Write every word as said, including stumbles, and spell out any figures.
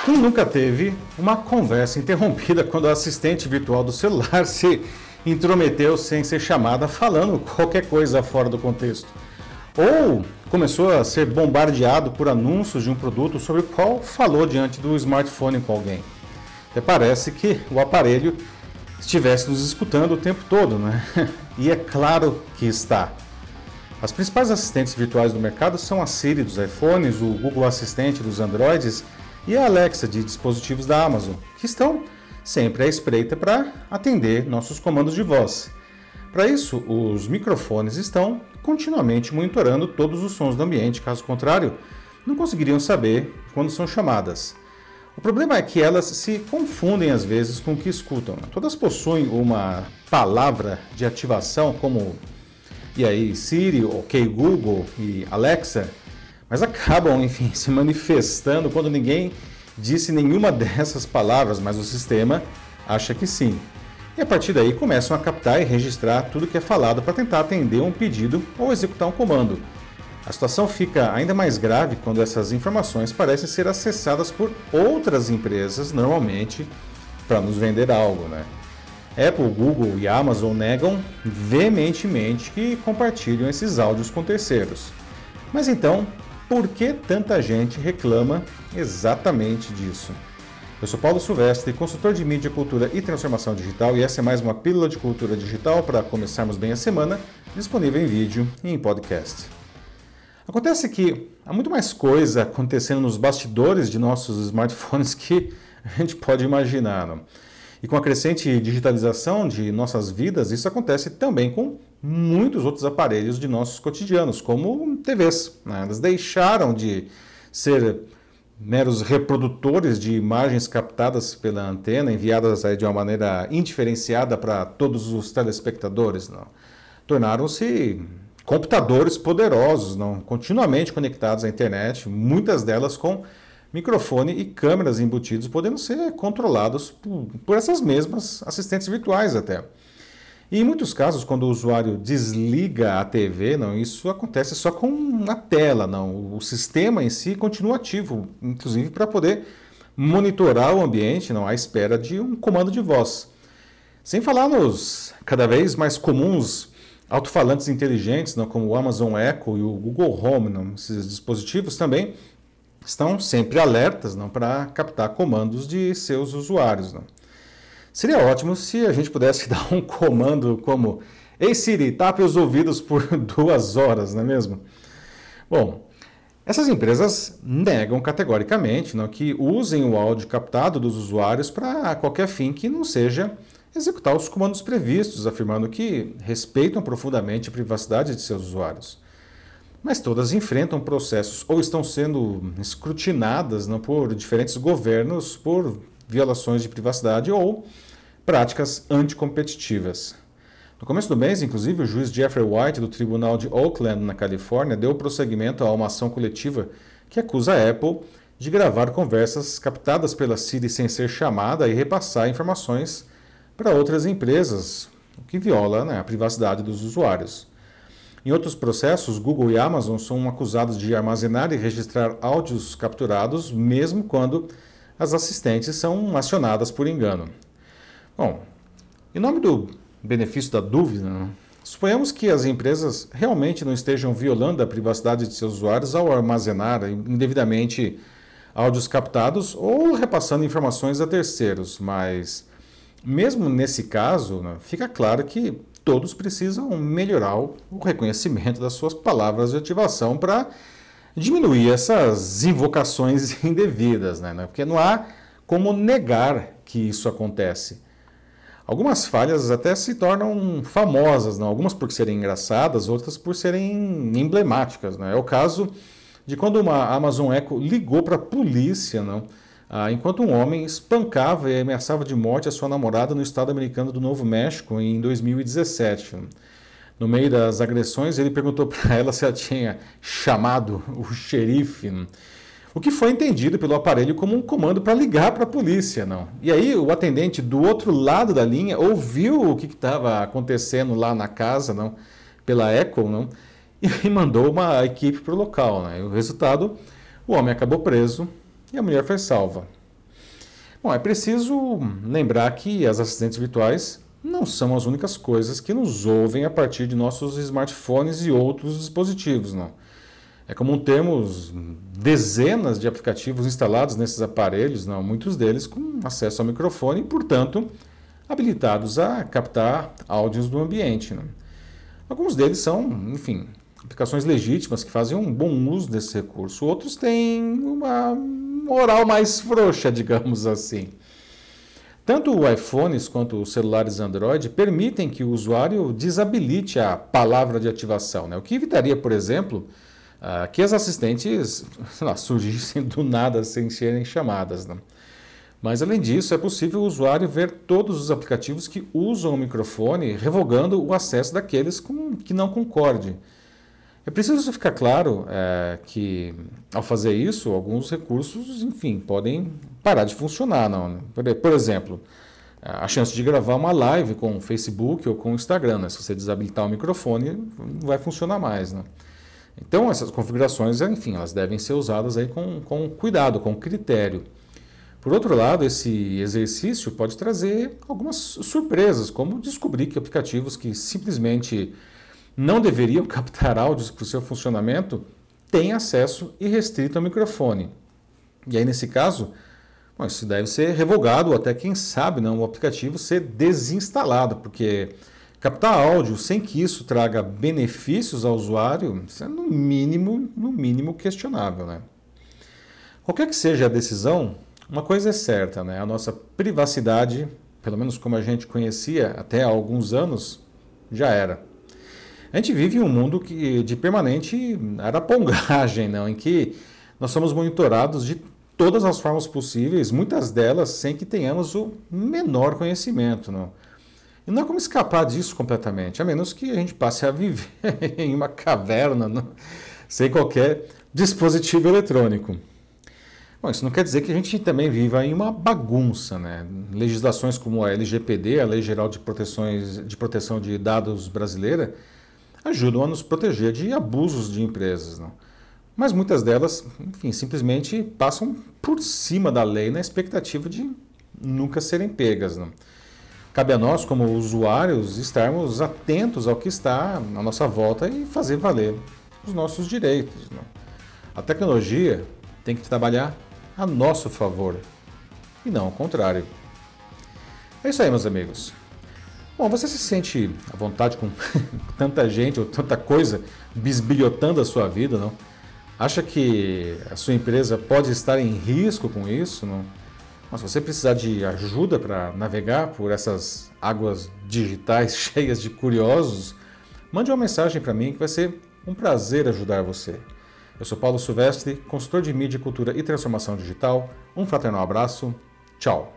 Quem nunca teve uma conversa interrompida quando o assistente virtual do celular se intrometeu sem ser chamada falando qualquer coisa fora do contexto? Ou começou a ser bombardeado por anúncios de um produto sobre o qual falou diante do smartphone com alguém? Até parece que o aparelho estivesse nos escutando o tempo todo, né? E é claro que está. As principais assistentes virtuais do mercado são a Siri dos iPhones, o Google Assistente dos Androids e a Alexa de dispositivos da Amazon, que estão sempre à espreita para atender nossos comandos de voz. Para isso, os microfones estão continuamente monitorando todos os sons do ambiente, caso contrário, não conseguiriam saber quando são chamadas. O problema é que elas se confundem às vezes com o que escutam. Todas possuem uma palavra de ativação como e aí Siri, OK Google e Alexa, mas acabam, enfim, se manifestando quando ninguém disse nenhuma dessas palavras, mas o sistema acha que sim. E a partir daí começam a captar e registrar tudo que é falado para tentar atender um pedido ou executar um comando. A situação fica ainda mais grave quando essas informações parecem ser acessadas por outras empresas, normalmente para nos vender algo, né? Apple, Google e Amazon negam veementemente que compartilham esses áudios com terceiros. Mas então, por que tanta gente reclama exatamente disso? Eu sou Paulo Silvestre, consultor de mídia, cultura e transformação digital, e essa é mais uma pílula de cultura digital para começarmos bem a semana, disponível em vídeo e em podcast. Acontece que há muito mais coisa acontecendo nos bastidores de nossos smartphones que a gente pode imaginar, não? E com a crescente digitalização de nossas vidas, isso acontece também com muitos outros aparelhos de nossos cotidianos, como T Vs, né? Elas deixaram de ser meros reprodutores de imagens captadas pela antena, enviadas aí de uma maneira indiferenciada para todos os telespectadores, não? Tornaram-se computadores poderosos, não? Continuamente conectados à internet, muitas delas com microfone e câmeras embutidos, podendo ser controlados por, por essas mesmas assistentes virtuais até. E em muitos casos, quando o usuário desliga a T V, não, isso acontece só com a tela, não. O sistema em si continua ativo, inclusive para poder monitorar o ambiente, não, à espera de um comando de voz. Sem falar nos cada vez mais comuns alto-falantes inteligentes, não, como o Amazon Echo e o Google Home, não, esses dispositivos também estão sempre alertas, não, para captar comandos de seus usuários, não. Seria ótimo se a gente pudesse dar um comando como Ei Siri, tape os ouvidos por duas horas, não é mesmo? Bom, essas empresas negam categoricamente, não, que usem o áudio captado dos usuários para qualquer fim que não seja executar os comandos previstos, afirmando que respeitam profundamente a privacidade de seus usuários. Mas todas enfrentam processos ou estão sendo escrutinadas, não, por diferentes governos por violações de privacidade ou práticas anticompetitivas. No começo do mês, inclusive, o juiz Jeffrey White, do Tribunal de Oakland, na Califórnia, deu prosseguimento a uma ação coletiva que acusa a Apple de gravar conversas captadas pela Siri sem ser chamada e repassar informações para outras empresas, o que viola, né, a privacidade dos usuários. Em outros processos, Google e Amazon são acusados de armazenar e registrar áudios capturados, mesmo quando as assistentes são acionadas por engano. Bom, em nome do benefício da dúvida, né, suponhamos que as empresas realmente não estejam violando a privacidade de seus usuários ao armazenar indevidamente áudios captados ou repassando informações a terceiros, mas mesmo nesse caso, né, fica claro que todos precisam melhorar o reconhecimento das suas palavras de ativação para diminuir essas invocações indevidas, né? Porque não há como negar que isso acontece. Algumas falhas até se tornam famosas, não? Algumas por serem engraçadas, outras por serem emblemáticas, né? É o caso de quando uma Amazon Echo ligou para a polícia, não? Ah, enquanto um homem espancava e ameaçava de morte a sua namorada no estado americano do Novo México em dois mil e dezessete. No meio das agressões, ele perguntou para ela se ela tinha chamado o xerife, o que foi entendido pelo aparelho como um comando para ligar para a polícia, não. E aí o atendente do outro lado da linha ouviu o que estava acontecendo lá na casa, não, pela Echo, não, e mandou uma equipe para o local, né? E o resultado, o homem acabou preso e a mulher foi salva. Bom, é preciso lembrar que as assistentes virtuais não são as únicas coisas que nos ouvem a partir de nossos smartphones e outros dispositivos, não. É comum termos dezenas de aplicativos instalados nesses aparelhos, não, muitos deles com acesso ao microfone e, portanto, habilitados a captar áudios do ambiente, não. Alguns deles são, enfim, aplicações legítimas que fazem um bom uso desse recurso. Outros têm uma moral mais frouxa, digamos assim. Tanto os iPhones quanto os celulares Android permitem que o usuário desabilite a palavra de ativação, né? O que evitaria, por exemplo, uh, que as assistentes lá, surgissem do nada sem serem chamadas, né? Mas, além disso, é possível o usuário ver todos os aplicativos que usam o microfone, revogando o acesso daqueles com, que não concorde. É preciso ficar claro é, que, ao fazer isso, alguns recursos, enfim, podem parar de funcionar. Não? Por exemplo, a chance de gravar uma live com o Facebook ou com o Instagram, né? Se você desabilitar o microfone, não vai funcionar mais. Né? Então, essas configurações, enfim, elas devem ser usadas aí com, com cuidado, com critério. Por outro lado, esse exercício pode trazer algumas surpresas, como descobrir que aplicativos que simplesmente não deveriam captar áudios para o seu funcionamento têm acesso irrestrito ao microfone. E aí, nesse caso, bom, isso deve ser revogado ou até, quem sabe, não, o aplicativo ser desinstalado, porque captar áudio sem que isso traga benefícios ao usuário, isso é no mínimo, no mínimo questionável, né? Qualquer que seja a decisão, uma coisa é certa, né? A nossa privacidade, pelo menos como a gente conhecia até há alguns anos, já era. A gente vive em um mundo que, de permanente arapongagem, não? Em que nós somos monitorados de todas as formas possíveis, muitas delas sem que tenhamos o menor conhecimento. Não? E não é como escapar disso completamente, a menos que a gente passe a viver em uma caverna, não? Sem qualquer dispositivo eletrônico. Bom, isso não quer dizer que a gente também viva em uma bagunça, né? Legislações como a L G P D, a Lei Geral de, Proteções, de Proteção de Dados brasileira, ajudam a nos proteger de abusos de empresas. Não? Mas muitas delas, enfim, simplesmente passam por cima da lei na expectativa de nunca serem pegas. Não? Cabe a nós, como usuários, estarmos atentos ao que está à nossa volta e fazer valer os nossos direitos. Não? A tecnologia tem que trabalhar a nosso favor e não ao contrário. É isso aí, meus amigos. Bom, você se sente à vontade com tanta gente ou tanta coisa bisbilhotando a sua vida, não? Acha que a sua empresa pode estar em risco com isso, não? Mas se você precisar de ajuda para navegar por essas águas digitais cheias de curiosos, mande uma mensagem para mim que vai ser um prazer ajudar você. Eu sou Paulo Silvestre, consultor de mídia, cultura e transformação digital. Um fraternal abraço. Tchau.